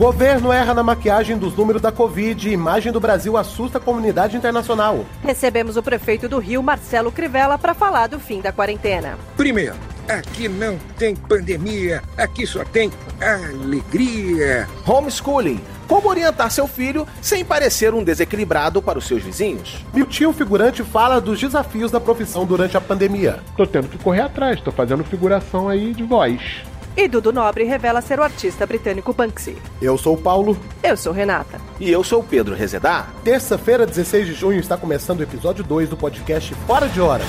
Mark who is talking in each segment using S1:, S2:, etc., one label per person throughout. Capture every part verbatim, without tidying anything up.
S1: Governo erra na maquiagem dos números da Covid e imagem do Brasil assusta a comunidade internacional.
S2: Recebemos o prefeito do Rio, Marcelo Crivella, para falar do fim da quarentena.
S3: Primeiro, aqui não tem pandemia, aqui só tem alegria.
S4: Homeschooling. Como orientar seu filho sem parecer um desequilibrado para os seus vizinhos?
S1: Miltinho Figurante fala dos desafios da profissão durante a pandemia.
S5: Tô tendo que correr atrás, tô fazendo figuração aí de voz.
S2: E Dudu Nobre revela ser o artista britânico Banksy.
S1: Eu sou o Paulo.
S2: Eu sou Renata.
S4: E eu sou o Pedro Rezedá.
S1: Terça-feira, dezesseis de junho, está começando o episódio dois do podcast Fora de Hora.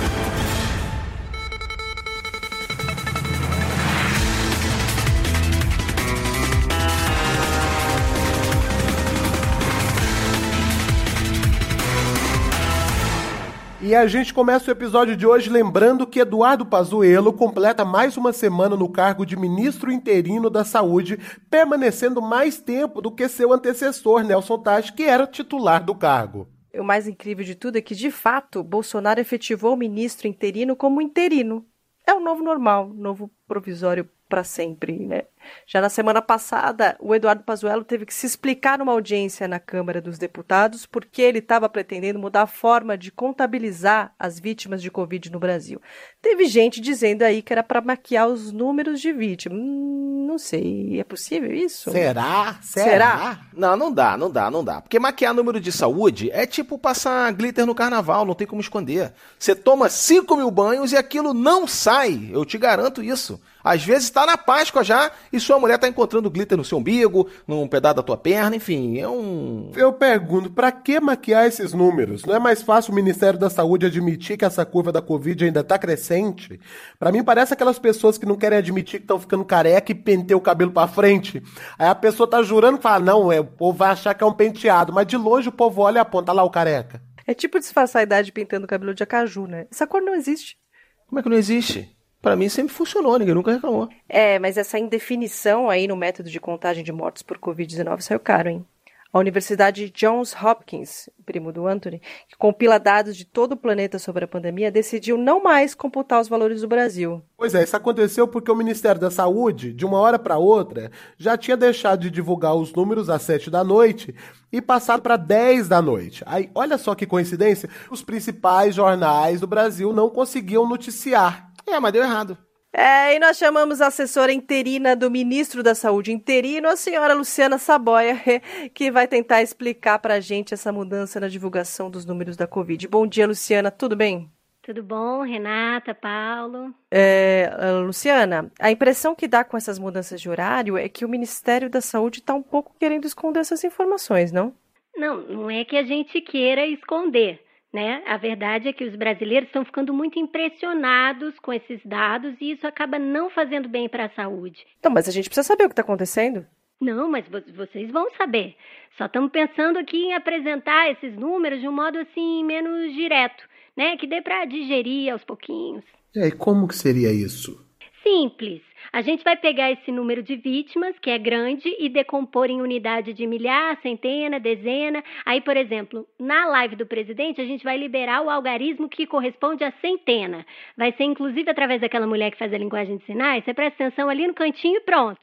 S1: E a gente começa o episódio de hoje lembrando que Eduardo Pazuello completa mais uma semana no cargo de ministro interino da Saúde, permanecendo mais tempo do que seu antecessor, Nelson Taixe, que era titular do cargo.
S2: O mais incrível de tudo é que, de fato, Bolsonaro efetivou o ministro interino como interino. É o novo normal, novo provisório para sempre, né? Já na semana passada, o Eduardo Pazuello teve que se explicar numa audiência na Câmara dos Deputados porque ele estava pretendendo mudar a forma de contabilizar as vítimas de Covid no Brasil. Teve gente dizendo aí que era para maquiar os números de vítimas. Hum, não sei, é possível isso?
S1: Será? Será?
S2: Será?
S4: Não, não dá, não dá, não dá. Porque maquiar número de saúde é tipo passar glitter no carnaval, não tem como esconder. Você toma cinco mil banhos e aquilo não sai, eu te garanto isso. Às vezes está na Páscoa já e sua mulher está encontrando glitter no seu umbigo, num pedaço da tua perna, enfim, é um...
S1: Eu pergunto, pra que maquiar esses números? Não é mais fácil o Ministério da Saúde admitir que essa curva da Covid ainda tá crescente? Pra mim parece aquelas pessoas que não querem admitir que estão ficando careca e penteia o cabelo pra frente. Aí a pessoa tá jurando que fala, não, é, o povo vai achar que é um penteado, mas de longe o povo olha e aponta lá o careca.
S2: É tipo disfarçar a idade pintando o cabelo de acaju, né? Essa cor não existe.
S4: Como é que não existe? Pra mim sempre funcionou, ninguém nunca reclamou.
S2: É, mas essa indefinição aí no método de contagem de mortos por covid dezenove saiu caro, hein? A Universidade Johns Hopkins, primo do Anthony, que compila dados de todo o planeta sobre a pandemia, decidiu não mais computar os valores do Brasil.
S1: Pois é, isso aconteceu porque o Ministério da Saúde, de uma hora para outra, já tinha deixado de divulgar os números às sete da noite e passado para dez da noite. Aí, olha só que coincidência, os principais jornais do Brasil não conseguiam noticiar.
S4: É, mas deu errado.
S2: É, e nós chamamos a assessora interina do ministro da Saúde interino, a senhora Luciana Saboia, que vai tentar explicar pra gente essa mudança na divulgação dos números da Covid. Bom dia, Luciana, tudo bem?
S6: Tudo bom, Renata, Paulo?
S2: É, Luciana, a impressão que dá com essas mudanças de horário é que o Ministério da Saúde está um pouco querendo esconder essas informações, não?
S6: Não, não é que a gente queira esconder. Né? A verdade é que os brasileiros estão ficando muito impressionados com esses dados e isso acaba não fazendo bem para a saúde.
S2: Então, mas a gente precisa saber o que está acontecendo.
S6: Não, mas vocês vão saber. Só estamos pensando aqui em apresentar esses números de um modo assim menos direto, né? Que dê para digerir aos pouquinhos.
S1: E aí, como que seria isso?
S6: Simples. A gente vai pegar esse número de vítimas, que é grande, e decompor em unidade de milhar, centena, dezena. Aí, por exemplo, na live do presidente, a gente vai liberar o algarismo que corresponde a centena. Vai ser, inclusive, através daquela mulher que faz a linguagem de sinais. Você presta atenção ali no cantinho e pronto.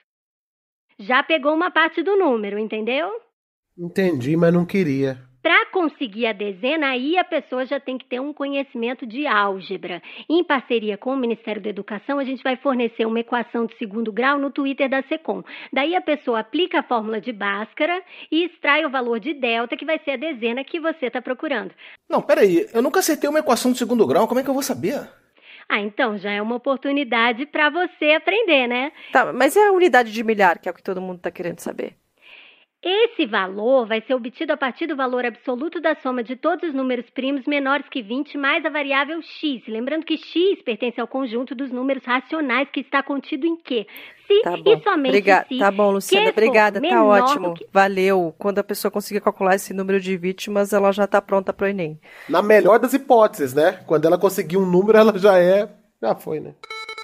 S6: Já pegou uma parte do número, entendeu?
S1: Entendi, mas não queria.
S6: Para conseguir a dezena, aí a pessoa já tem que ter um conhecimento de álgebra. Em parceria com o Ministério da Educação, a gente vai fornecer uma equação de segundo grau no Twitter da SECOM. Daí a pessoa aplica a fórmula de Bhaskara e extrai o valor de delta, que vai ser a dezena que você está procurando.
S4: Não, peraí, eu nunca acertei uma equação de segundo grau, como é que eu vou saber?
S6: Ah, então já é uma oportunidade para você aprender, né?
S2: Tá, mas é a unidade de milhar, que é o que todo mundo está querendo saber.
S6: Esse valor vai ser obtido a partir do valor absoluto da soma de todos os números primos menores que vinte mais a variável x. Lembrando que x pertence ao conjunto dos números racionais que está contido em Q. Se
S2: tá bom.
S6: e somente
S2: Obriga-
S6: se
S2: Tá bom, Luciana, obrigada, tá ótimo. Que... Valeu. Quando a pessoa conseguir calcular esse número de vítimas, ela já está pronta para o Enem.
S1: Na melhor das hipóteses, né? Quando ela conseguir um número, ela já é... Já foi, né?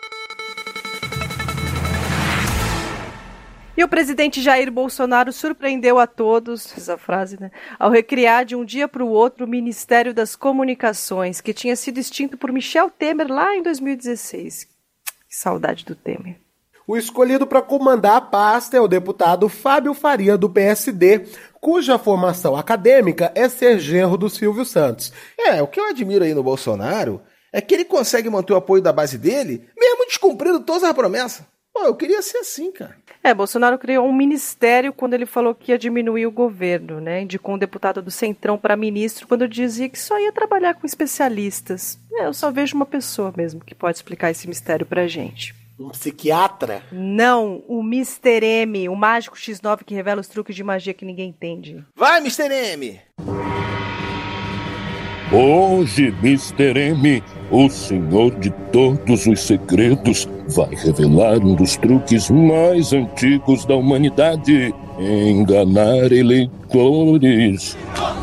S2: E o presidente Jair Bolsonaro surpreendeu a todos, essa frase, né, ao recriar de um dia para o outro o Ministério das Comunicações, que tinha sido extinto por Michel Temer lá em dois mil e dezesseis. Que saudade do Temer.
S1: O escolhido para comandar a pasta é o deputado Fábio Faria, do P S D, cuja formação acadêmica é ser genro do Silvio Santos.
S4: É, o que eu admiro aí no Bolsonaro é que ele consegue manter o apoio da base dele, mesmo descumprindo todas as promessas. Pô, eu queria ser assim, cara.
S2: É, Bolsonaro criou um ministério quando ele falou que ia diminuir o governo, né? Indicou um deputado do Centrão para ministro quando dizia que só ia trabalhar com especialistas. É, eu só vejo uma pessoa mesmo que pode explicar esse mistério pra gente.
S1: Um psiquiatra?
S2: Não, o mister M, o mágico X nove que revela os truques de magia que ninguém entende.
S4: Vai, mister M!
S7: Hoje, mister M, o senhor de todos os segredos, vai revelar um dos truques mais antigos da humanidade: enganar eleitores.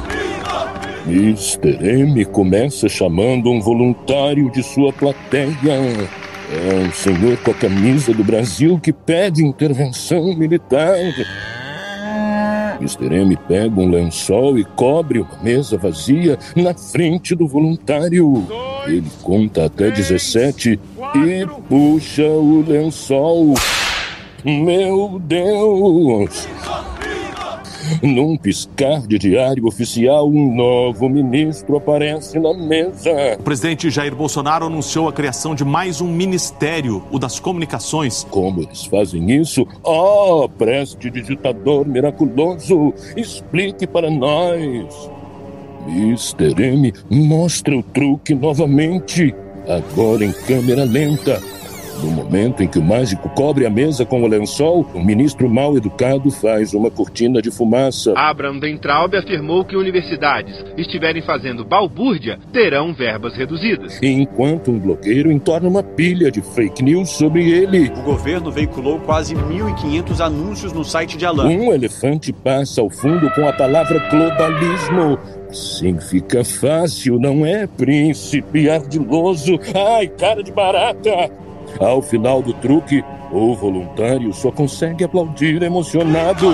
S7: mister M começa chamando um voluntário de sua plateia. É um senhor com a camisa do Brasil que pede intervenção militar. mister M pega um lençol e cobre uma mesa vazia na frente do voluntário. Ele conta até dezessete e puxa o lençol. Meu Deus! Num piscar de diário oficial, um novo ministro aparece na mesa.
S8: O presidente Jair Bolsonaro anunciou a criação de mais um ministério, o das comunicações.
S7: Como eles fazem isso? Oh, preste digitador miraculoso, explique para nós. mister M mostra o truque novamente, agora em câmera lenta. No momento em que o mágico cobre a mesa com o lençol, o ministro mal educado faz uma cortina de fumaça.
S9: Abraham Weintraub afirmou que universidades estiverem fazendo balbúrdia terão verbas reduzidas.
S7: Enquanto um blogueiro entorna uma pilha de fake news sobre ele.
S10: O governo veiculou quase mil e quinhentos anúncios no site de Alain.
S7: Um elefante passa ao fundo com a palavra globalismo. Sim, fica fácil, não é, príncipe ardiloso? Ai, cara de barata! Ao final do truque, o voluntário só consegue aplaudir emocionado.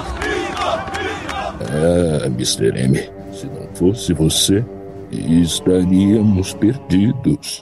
S7: Ah, mister M, se não fosse você, estaríamos perdidos.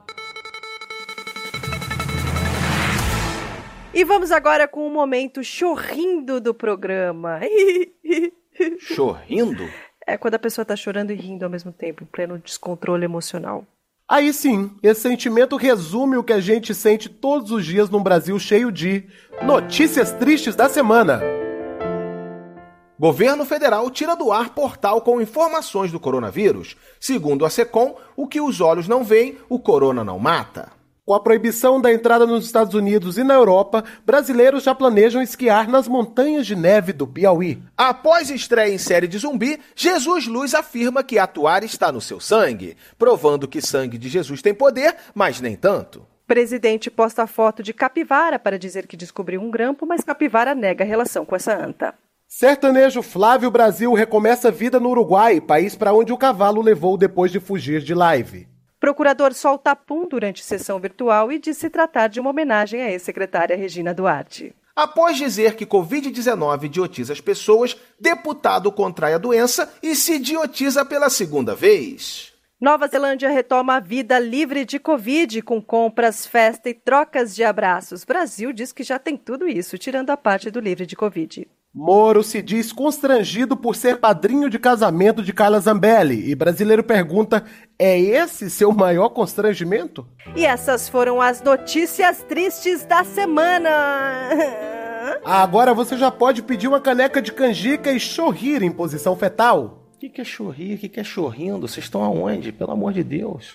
S2: E vamos agora com o momento chorrindo do programa.
S4: Chorrindo?
S2: É quando a pessoa tá chorando e rindo ao mesmo tempo, em pleno descontrole emocional.
S1: Aí sim, esse sentimento resume o que a gente sente todos os dias num Brasil cheio de notícias tristes da semana.
S4: Governo federal tira do ar portal com informações do coronavírus. Segundo a SECOM, o que os olhos não veem, o corona não mata.
S1: Com a proibição da entrada nos Estados Unidos e na Europa, brasileiros já planejam esquiar nas montanhas de neve do Piauí.
S4: Após estreia em série de zumbi, Jesus Luz afirma que atuar está no seu sangue, provando que sangue de Jesus tem poder, mas nem tanto.
S2: Presidente posta foto de capivara para dizer que descobriu um grampo, mas capivara nega a relação com essa anta.
S1: Sertanejo Flávio Brasil recomeça vida no Uruguai, país para onde o cavalo levou depois de fugir de live.
S2: Procurador solta pum durante sessão virtual e diz se tratar de uma homenagem à ex-secretária Regina Duarte.
S4: Após dizer que covid dezenove idiotiza as pessoas, deputado contrai a doença e se idiotiza pela segunda vez.
S2: Nova Zelândia retoma a vida livre de Covid, com compras, festa e trocas de abraços. Brasil diz que já tem tudo isso, tirando a parte do livre de Covid.
S1: Moro se diz constrangido por ser padrinho de casamento de Carla Zambelli. E brasileiro pergunta, é esse seu maior constrangimento?
S2: E essas foram as notícias tristes da semana.
S1: Agora você já pode pedir uma caneca de canjica e chorrir em posição fetal.
S4: O que, que é chorrir? O que, que é chorrindo? Vocês estão aonde? Pelo amor de Deus.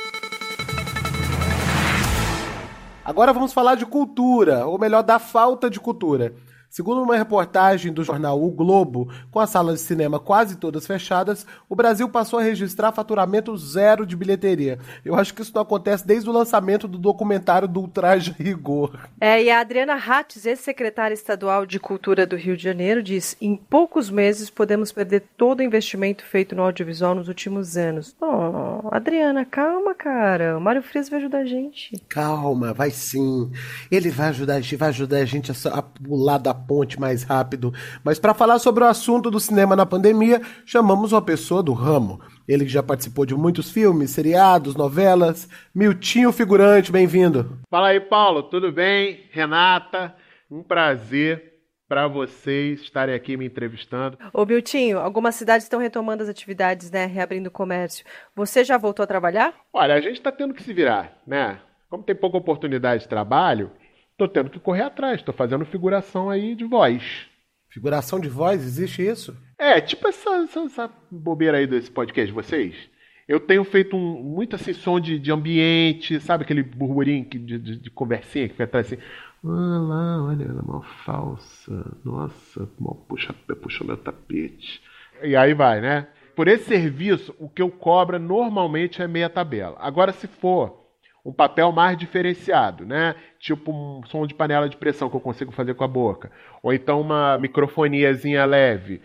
S1: Agora vamos falar de cultura, ou melhor, da falta de cultura. Segundo uma reportagem do jornal O Globo, com as salas de cinema quase todas fechadas, o Brasil passou a registrar faturamento zero de bilheteria. Eu acho que isso não acontece desde o lançamento do documentário do Ultraje Rigor.
S2: É, e a Adriana Hatz, ex-secretária estadual de Cultura do Rio de Janeiro, diz: em poucos meses podemos perder todo o investimento feito no audiovisual nos últimos anos. Oh, Adriana, calma, cara. O Mário Frias vai ajudar a gente.
S1: Calma, vai sim. Ele vai ajudar a gente, vai ajudar a gente a pular da ponte mais rápido. Mas para falar sobre o assunto do cinema na pandemia, chamamos uma pessoa do ramo. Ele que já participou de muitos filmes, seriados, novelas. Miltinho Figurante, bem-vindo.
S5: Fala aí, Paulo, tudo bem? Renata, um prazer para vocês estarem aqui me entrevistando.
S2: Ô Miltinho, algumas cidades estão retomando as atividades, né, reabrindo o comércio. Você já voltou a trabalhar?
S5: Olha, a gente está tendo que se virar, né? Como tem pouca oportunidade de trabalho, estou tendo que correr atrás, estou fazendo figuração aí de voz.
S1: Figuração de voz, existe isso?
S5: É, tipo essa, essa, essa bobeira aí desse podcast de vocês. Eu tenho feito um, muito assim, som de, de ambiente, sabe aquele burburinho de, de, de conversinha que fica atrás assim... Ah lá, olha, ela é mal falsa. Nossa, mal puxa, puxa meu tapete. E aí vai, né? Por esse serviço, o que eu cobro normalmente é meia tabela. Agora, se for um papel mais diferenciado, né? Tipo um som de panela de pressão que eu consigo fazer com a boca. Ou então uma microfoniazinha leve.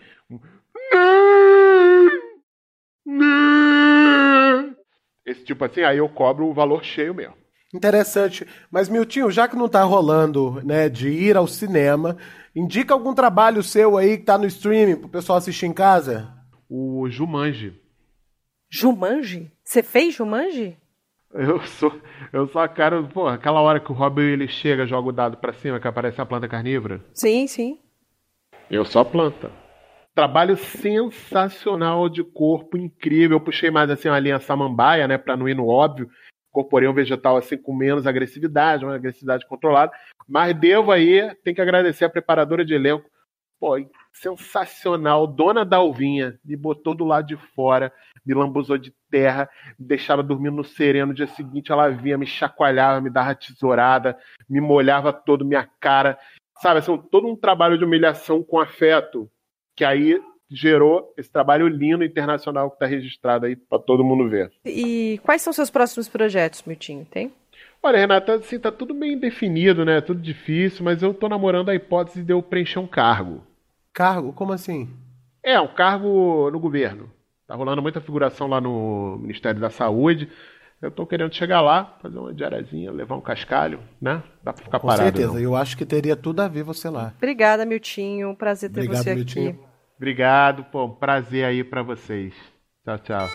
S5: Esse tipo assim, aí eu cobro o valor cheio mesmo.
S1: Interessante. Mas, Miltinho, já que não tá rolando, né, de ir ao cinema, indica algum trabalho seu aí que tá no streaming pro pessoal assistir em casa?
S5: O Jumanji.
S2: Jumanji? Você fez Jumanji?
S5: Eu sou, eu sou a cara... Pô, aquela hora que o Robin ele chega, joga o dado pra cima, que aparece a planta carnívora.
S2: Sim, sim.
S5: Eu sou a planta. Trabalho sensacional de corpo, incrível. Eu puxei mais assim uma linha samambaia, né, pra não ir no óbvio. Incorporei um vegetal assim com menos agressividade, uma agressividade controlada, mas devo aí, tem que agradecer a preparadora de elenco, pô, sensacional, dona Dalvinha, me botou do lado de fora, me lambuzou de terra, me deixava dormindo no sereno, no dia seguinte ela vinha, me chacoalhava, me dava tesourada, me molhava todo, minha cara, sabe, assim, todo um trabalho de humilhação com afeto, que aí gerou esse trabalho lindo internacional que está registrado aí para todo mundo ver.
S2: E quais são seus próximos projetos, Miltinho? Tem?
S5: Olha, Renata, assim, tá tudo bem definido, né? Tudo difícil, mas eu tô namorando a hipótese de eu preencher um cargo.
S1: Cargo? Como assim?
S5: É, um cargo no governo. Tá rolando muita figuração lá no Ministério da Saúde. Eu tô querendo chegar lá, fazer uma diarazinha, levar um cascalho, né? Dá pra ficar
S1: Com
S5: parado.
S1: Com certeza,
S5: não.
S1: Eu acho que teria tudo a ver você lá.
S2: Obrigada, Miltinho. Prazer ter
S1: Obrigado,
S2: você
S1: Miltinho.
S2: aqui.
S5: Obrigado, pô, prazer aí pra vocês. Tchau, tchau.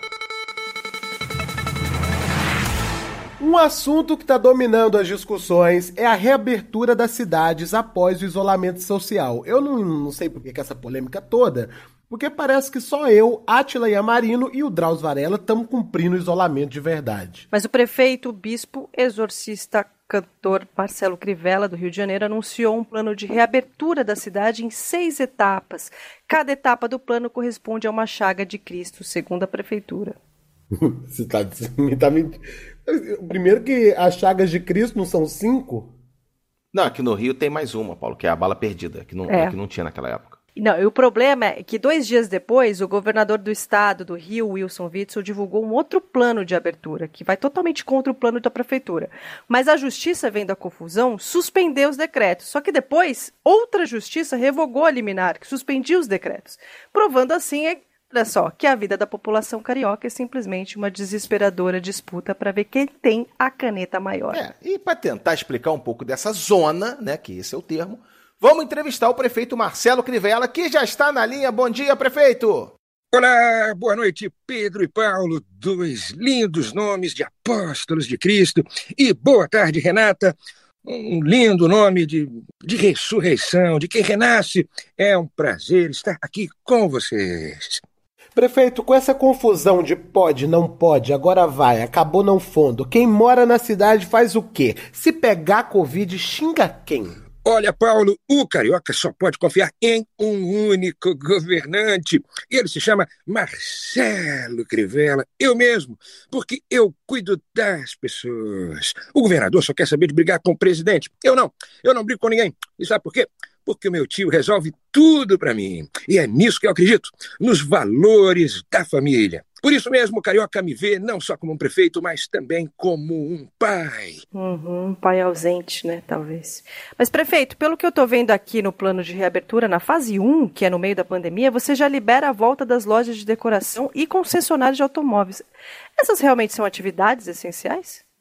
S1: Um assunto que está dominando as discussões é a reabertura das cidades após o isolamento social. Eu não, não sei por que que essa polêmica toda, porque parece que só eu, Átila Yamarino e o Drauzio Varela estamos cumprindo o isolamento de verdade.
S2: Mas o prefeito, o bispo, exorcista, cantor Marcelo Crivella, do Rio de Janeiro, anunciou um plano de reabertura da cidade em seis etapas. Cada etapa do plano corresponde a uma chaga de Cristo, segundo a prefeitura.
S1: Você tá, me tá mentindo. Primeiro que as chagas de Cristo não são cinco?
S4: Não, aqui no Rio tem mais uma, Paulo, que é a bala perdida, que não,
S2: É.
S4: que não tinha naquela época.
S2: Não, e o problema é que dois dias depois, o governador do estado do Rio, Wilson Witzel, divulgou um outro plano de abertura, que vai totalmente contra o plano da prefeitura. Mas a justiça, vendo a confusão, suspendeu os decretos. Só que depois, outra justiça revogou a liminar, que suspendia os decretos, provando assim, olha só, que a vida da população carioca é simplesmente uma desesperadora disputa para ver quem tem a caneta maior.
S4: É, e para tentar explicar um pouco dessa zona, né, que esse é o termo, vamos entrevistar o prefeito Marcelo Crivella, que já está na linha. Bom dia, prefeito!
S3: Olá, boa noite, Pedro e Paulo, dois lindos nomes de apóstolos de Cristo. E boa tarde, Renata, um lindo nome de, de ressurreição, de quem renasce. É um prazer estar aqui com vocês.
S1: Prefeito, com essa confusão de pode, não pode, agora vai, acabou não fundo, quem mora na cidade faz o quê? Se pegar Covid, xinga quem?
S3: Olha, Paulo, o carioca só pode confiar em um único governante. E ele se chama Marcelo Crivella, eu mesmo, porque eu cuido das pessoas. O governador só quer saber de brigar com o presidente. Eu não, eu não brigo com ninguém. E sabe por quê? Porque o meu tio resolve tudo pra mim. E é nisso que eu acredito, nos valores da família. Por isso mesmo, o carioca me vê não só como um prefeito, mas também como um pai.
S2: Uhum, um pai ausente, né, talvez. Mas, prefeito, pelo que eu tô vendo aqui no plano de reabertura, na fase um, que é no meio da pandemia, você já libera a volta das lojas de decoração e concessionários de automóveis. Essas realmente são atividades essenciais?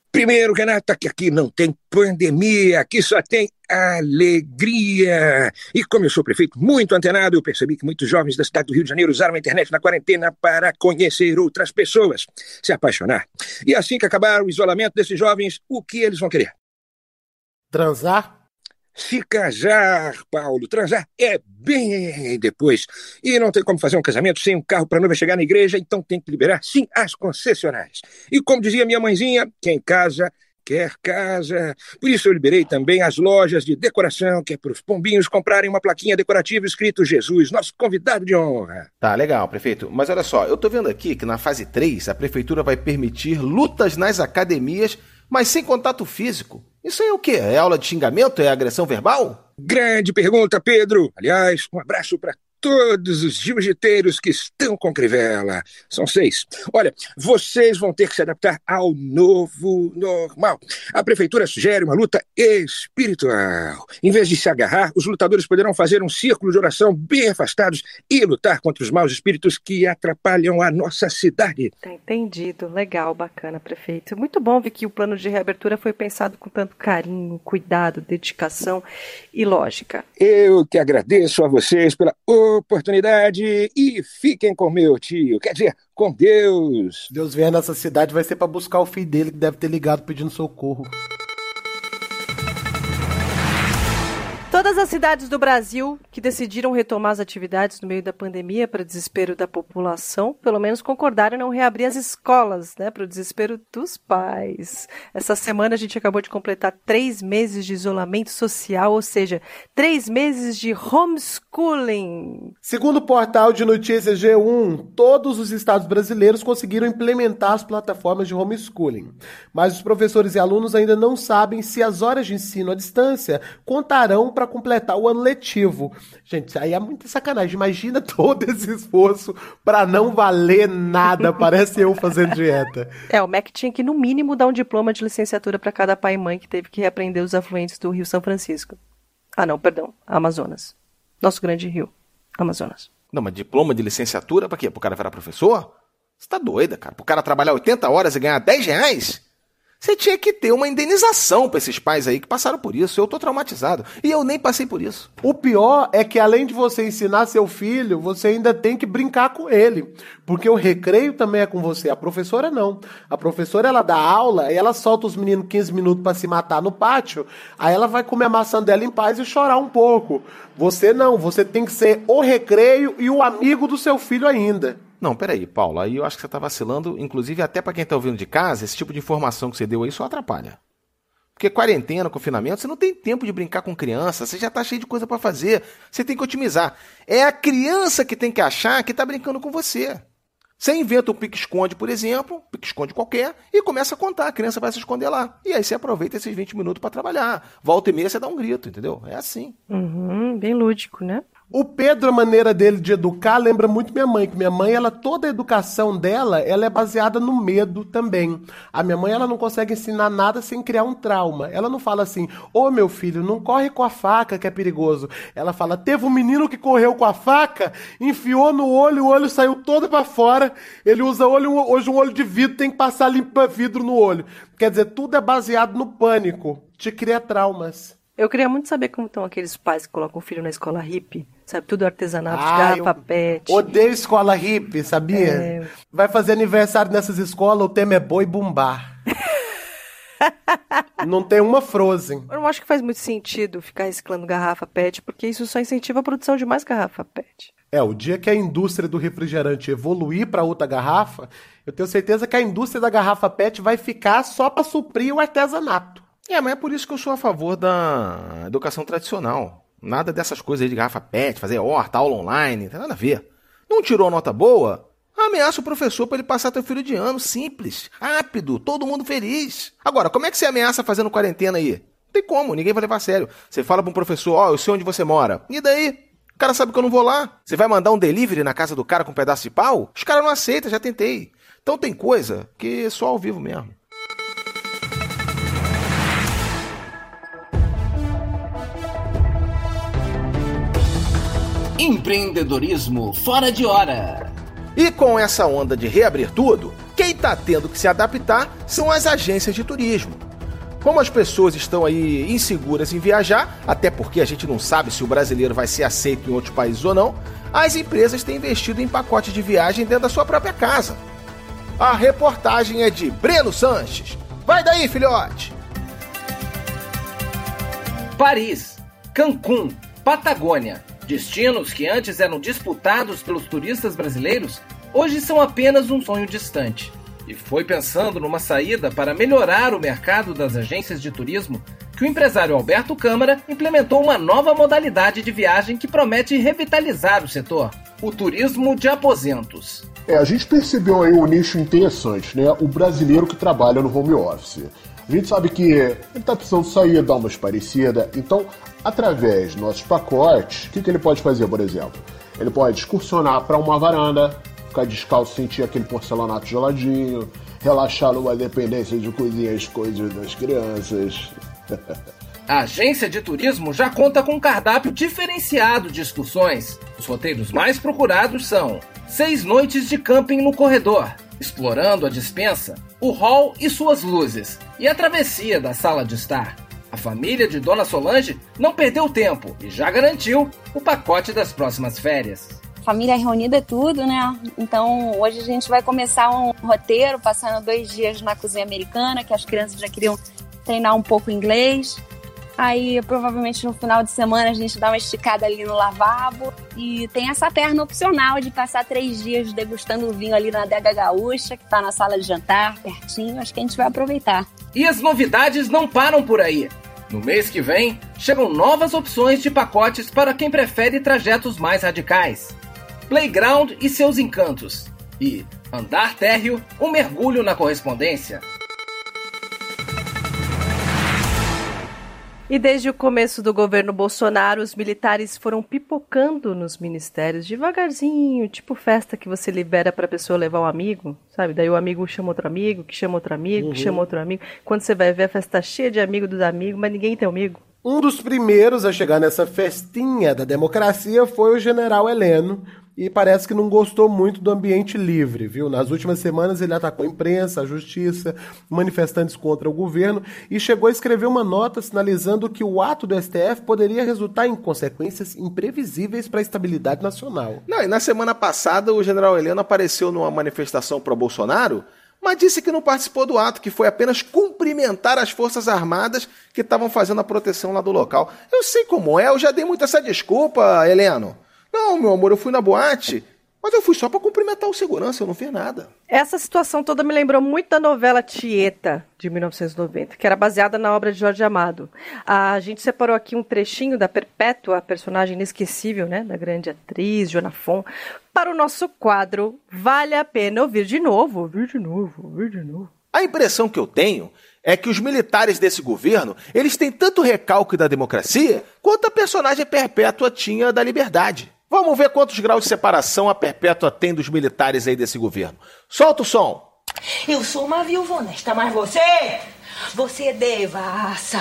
S3: Primeiro, Renata, que aqui não tem pandemia, aqui só tem alegria. E como eu sou prefeito muito antenado, eu percebi que muitos jovens da cidade do Rio de Janeiro usaram a internet na quarentena para conhecer outras pessoas, se apaixonar. E assim que acabar o isolamento desses jovens, o que eles vão querer?
S1: Transar?
S3: Se casar, Paulo. Transar é bem depois. E não tem como fazer um casamento sem um carro para a noiva chegar na igreja, então tem que liberar, sim, as concessionárias. E como dizia minha mãezinha, quem casa quer casa. Por isso eu liberei também as lojas de decoração, que é para os pombinhos comprarem uma plaquinha decorativa escrito Jesus, nosso convidado de honra.
S4: Tá, legal, prefeito. Mas olha só, eu tô vendo aqui que na fase três a prefeitura vai permitir lutas nas academias, mas sem contato físico. Isso aí é o quê? É aula de xingamento? É agressão verbal?
S3: Grande pergunta, Pedro. Aliás, um abraço para todos os jiu-jiteiros que estão com Crivella. São seis. Olha, vocês vão ter que se adaptar ao novo normal. A prefeitura sugere uma luta espiritual. Em vez de se agarrar, os lutadores poderão fazer um círculo de oração bem afastados e lutar contra os maus espíritos que atrapalham a nossa cidade.
S2: Tá entendido. Legal, bacana, prefeito. Muito bom ver que o plano de reabertura foi pensado com tanto carinho, cuidado, dedicação e lógica.
S3: Eu que agradeço a vocês pela oportunidade e fiquem com meu tio, quer dizer, com Deus.
S1: Deus vier nessa cidade vai ser pra buscar o filho dele que deve ter ligado pedindo socorro.
S2: Todas as cidades do Brasil que decidiram retomar as atividades no meio da pandemia para o desespero da população, pelo menos concordaram em não reabrir as escolas, né, para o desespero dos pais. Essa semana a gente acabou de completar três meses de isolamento social, ou seja, três meses de homeschooling.
S1: Segundo o portal de notícias G um, todos os estados brasileiros conseguiram implementar as plataformas de homeschooling. Mas os professores e alunos ainda não sabem se as horas de ensino à distância contarão para completar o ano letivo. Gente, isso aí é muita sacanagem. Imagina todo esse esforço para não valer nada. Parece eu fazendo dieta.
S2: É, o M E C tinha que, no mínimo, dar um diploma de licenciatura para cada pai e mãe que teve que reaprender os afluentes do Rio São Francisco. Ah, não, perdão. Amazonas. Nosso grande rio. Amazonas.
S4: Não, mas diploma de licenciatura pra quê? Pro cara virar professor? Você tá doida, cara? Pro cara trabalhar oitenta horas e ganhar dez reais? Você tinha que ter uma indenização pra esses pais aí que passaram por isso. Eu tô traumatizado. E eu nem passei por isso.
S1: O pior é que além de você ensinar seu filho, você ainda tem que brincar com ele. Porque o recreio também é com você. A professora não. A professora, ela dá aula e ela solta os meninos quinze minutos pra se matar no pátio. Aí ela vai comer a maçã dela em paz e chorar um pouco. Você não. Você tem que ser o recreio e o amigo do seu filho ainda.
S4: Não, peraí, Paulo, aí eu acho que você tá vacilando, inclusive até pra quem tá ouvindo de casa, esse tipo de informação que você deu aí só atrapalha. Porque quarentena, confinamento, você não tem tempo de brincar com criança, você já tá cheio de coisa pra fazer, você tem que otimizar. É a criança que tem que achar que tá brincando com você. Você inventa um pique-esconde, por exemplo, pique-esconde qualquer, e começa a contar, a criança vai se esconder lá. E aí você aproveita esses vinte minutos pra trabalhar. Volta e meia você dá um grito, entendeu? É assim.
S2: Uhum, bem lúdico, né?
S1: O Pedro, a maneira dele de educar, lembra muito minha mãe, que minha mãe, ela, toda a educação dela, ela é baseada no medo também. A minha mãe, ela não consegue ensinar nada sem criar um trauma. Ela não fala assim, ô meu filho, não corre com a faca que é perigoso. Ela fala, teve um menino que correu com a faca, enfiou no olho, o olho saiu todo pra fora, ele usa olho, hoje um olho de vidro, tem que passar limpa vidro no olho. Quer dizer, tudo é baseado no pânico, te cria traumas.
S2: Eu queria muito saber como estão aqueles pais que colocam o filho na escola hippie, sabe? Tudo artesanato,
S1: ah,
S2: garrafa pet.
S1: Odeio escola hippie, sabia? É... Vai fazer aniversário nessas escolas, o tema é boi bombar. Não tem uma Frozen.
S2: Eu não acho que faz muito sentido ficar reciclando garrafa pet, porque isso só incentiva a produção de mais garrafa pet.
S1: É, o dia que a indústria do refrigerante evoluir para outra garrafa, eu tenho certeza que a indústria da garrafa pet vai ficar só para suprir o artesanato.
S4: É, mas é por isso que eu sou a favor da educação tradicional. Nada dessas coisas aí de garrafa pet, fazer horta, aula online, não tem nada a ver. Não tirou nota boa? Ameaça o professor para ele passar teu filho de ano. Simples, rápido, todo mundo feliz. Agora, como é que você ameaça fazendo quarentena aí? Não tem como, ninguém vai levar a sério. Você fala para um professor, ó, oh, eu sei onde você mora. E daí? O cara sabe que eu não vou lá. Você vai mandar um delivery na casa do cara com um pedaço de pau? Os caras não aceitam, já tentei. Então tem coisa que é só ao vivo mesmo.
S11: Empreendedorismo fora de hora.
S4: E com essa onda de reabrir tudo, Quem está tendo que se adaptar são as agências de turismo. Como as pessoas estão aí inseguras em viajar, até porque a gente não sabe se o brasileiro vai ser aceito em outros países ou não, as empresas têm investido em pacotes de viagem dentro da sua própria casa. A reportagem é de Breno Sanches. Vai daí, filhote!
S11: Paris, Cancún, Patagônia, destinos que antes eram disputados pelos turistas brasileiros, hoje são apenas um sonho distante. E foi pensando numa saída para melhorar o mercado das agências de turismo que o empresário Alberto Câmara implementou uma nova modalidade de viagem que promete revitalizar o setor, o turismo de aposentos.
S12: É, a gente percebeu aí um nicho interessante, né? O brasileiro que trabalha no home office. A gente sabe que ele está precisando sair, dar uma esparecida, então, através dos nossos pacotes, o que, que ele pode fazer, por exemplo? Ele pode excursionar para uma varanda, ficar descalço, sentir aquele porcelanato geladinho, relaxar numa dependência de cozinhar as coisas das crianças.
S11: A agência de turismo já conta com um cardápio diferenciado de excursões. Os roteiros mais procurados são seis noites de camping no corredor, explorando a despensa, o hall e suas luzes, e a travessia da sala de estar. A família de Dona Solange não perdeu tempo e já garantiu o pacote das próximas férias.
S13: Família reunida é tudo, né? Então hoje a gente vai começar um roteiro, passando dois dias na cozinha americana, que as crianças já queriam treinar um pouco inglês. Aí provavelmente no final de semana a gente dá uma esticada ali no lavabo. E tem essa perna opcional de passar três dias degustando o vinho ali na Adega Gaúcha, que tá na sala de jantar, pertinho. Acho que a gente vai aproveitar.
S11: E as novidades não param por aí. No mês que vem, chegam novas opções de pacotes para quem prefere trajetos mais radicais. Playground e seus encantos. E Andar Térreo, um mergulho na correspondência.
S2: E desde o começo do governo Bolsonaro, os militares foram pipocando nos ministérios devagarzinho, tipo festa que você libera pra pessoa levar um amigo, sabe? Daí o amigo chama outro amigo, que chama outro amigo, uhum. que chama outro amigo. Quando você vai ver, a festa cheia de amigo dos amigos, mas ninguém tem amigo.
S1: Um dos primeiros a chegar nessa festinha da democracia foi o general Heleno, e parece que não gostou muito do ambiente livre, viu? Nas últimas semanas ele atacou a imprensa, a justiça, manifestantes contra o governo e chegou a escrever uma nota sinalizando que o ato do S T F poderia resultar em consequências imprevisíveis para a estabilidade nacional.
S4: Não, e na semana passada o general Heleno apareceu numa manifestação pro Bolsonaro, mas disse que não participou do ato, que foi apenas cumprimentar as Forças Armadas que estavam fazendo a proteção lá do local. Eu sei como é, eu já dei muito essa desculpa, Heleno. Não, meu amor, eu fui na boate, mas eu fui só pra cumprimentar o segurança, eu não fiz nada.
S2: Essa situação toda me lembrou muito da novela Tieta, de mil novecentos e noventa, que era baseada na obra de Jorge Amado. A gente separou aqui um trechinho da Perpétua, personagem inesquecível, né, da grande atriz, Joana Fon, para o nosso quadro Vale a Pena Ouvir de Novo, ouvir de novo, ouvir de novo.
S4: A impressão que eu tenho é que os militares desse governo, eles têm tanto recalque da democracia quanto a personagem Perpétua tinha da liberdade. Vamos ver quantos graus de separação a Perpétua tem dos militares aí desse governo. Solta o som.
S14: Eu sou uma viúva honesta, mas você... Você é devassa,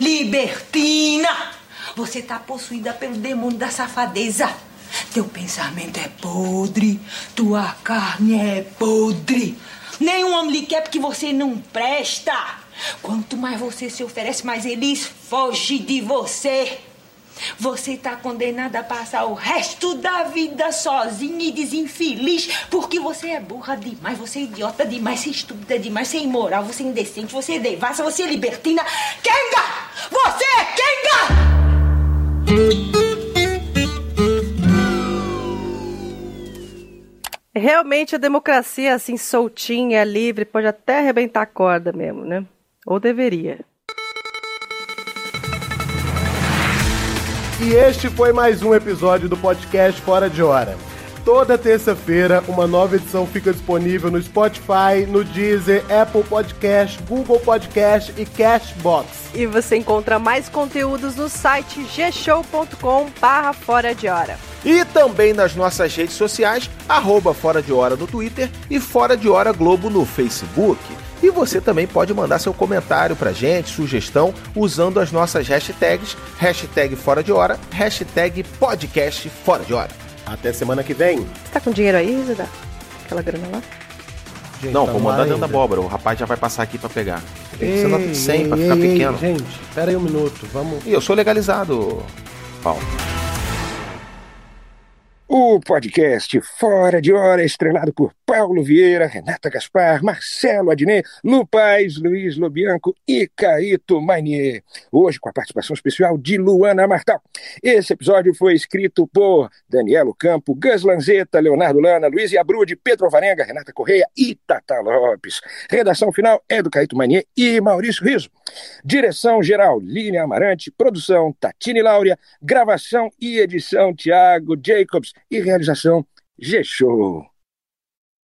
S14: libertina. Você tá possuída pelo demônio da safadeza. Teu pensamento é podre, tua carne é podre. Nenhum homem lhe quer porque você não presta. Quanto mais você se oferece, mais eles fogem de você. Você tá condenada a passar o resto da vida sozinha e desinfeliz porque você é burra demais, você é idiota demais, você é estúpida demais, você é imoral, você é indecente, você é devassa, você é libertina. Kenga! Você é
S2: Kenga! Realmente a democracia assim soltinha, livre, pode até arrebentar a corda mesmo, né? Ou deveria.
S1: E este foi mais um episódio do podcast Fora de Hora. Toda terça-feira, uma nova edição fica disponível no Spotify, no Deezer, Apple Podcast, Google Podcast e Cashbox.
S2: E você encontra mais conteúdos no site g show ponto com barra Fora de Hora.
S4: E também nas nossas redes sociais, arroba Fora de Hora no Twitter e Fora de Hora Globo no Facebook. E você também pode mandar seu comentário pra gente, sugestão, usando as nossas hashtags, hashtag Fora de Hora, hashtag podcast Fora de Hora.
S1: Até semana que vem.
S2: Você tá com dinheiro aí, Zé? Aquela grana lá?
S1: Gente,
S4: Não,
S1: tá
S4: vou
S1: no ar
S4: mandar dentro da
S1: ainda.
S4: abóbora. O rapaz já vai passar aqui pra pegar. Tem que
S1: Ei,
S4: ser nota de cem pra
S1: ei,
S4: ficar
S1: ei,
S4: pequeno.
S1: Gente, pera aí um minuto, vamos...
S4: E eu sou legalizado, Paulo.
S3: O podcast Fora de Hora, estrelado por Paulo Vieira, Renata Gaspar, Marcelo Adnet, Lu Paes, Luiz Lobianco e Caíto Mainier. Hoje com a participação especial de Luana Martal. Esse episódio foi escrito por Danielo Campo, Gus Lanzetta, Leonardo Lana, Luiz Iabrude, Pedro Varenga, Renata Correia e Tata Lopes. Redação final é do Caíto Mainier e Maurício Riso. Direção geral, Línia Amarante. Produção, Tatine Láurea. Gravação e edição, Thiago Jacobs. E realização, G-Show.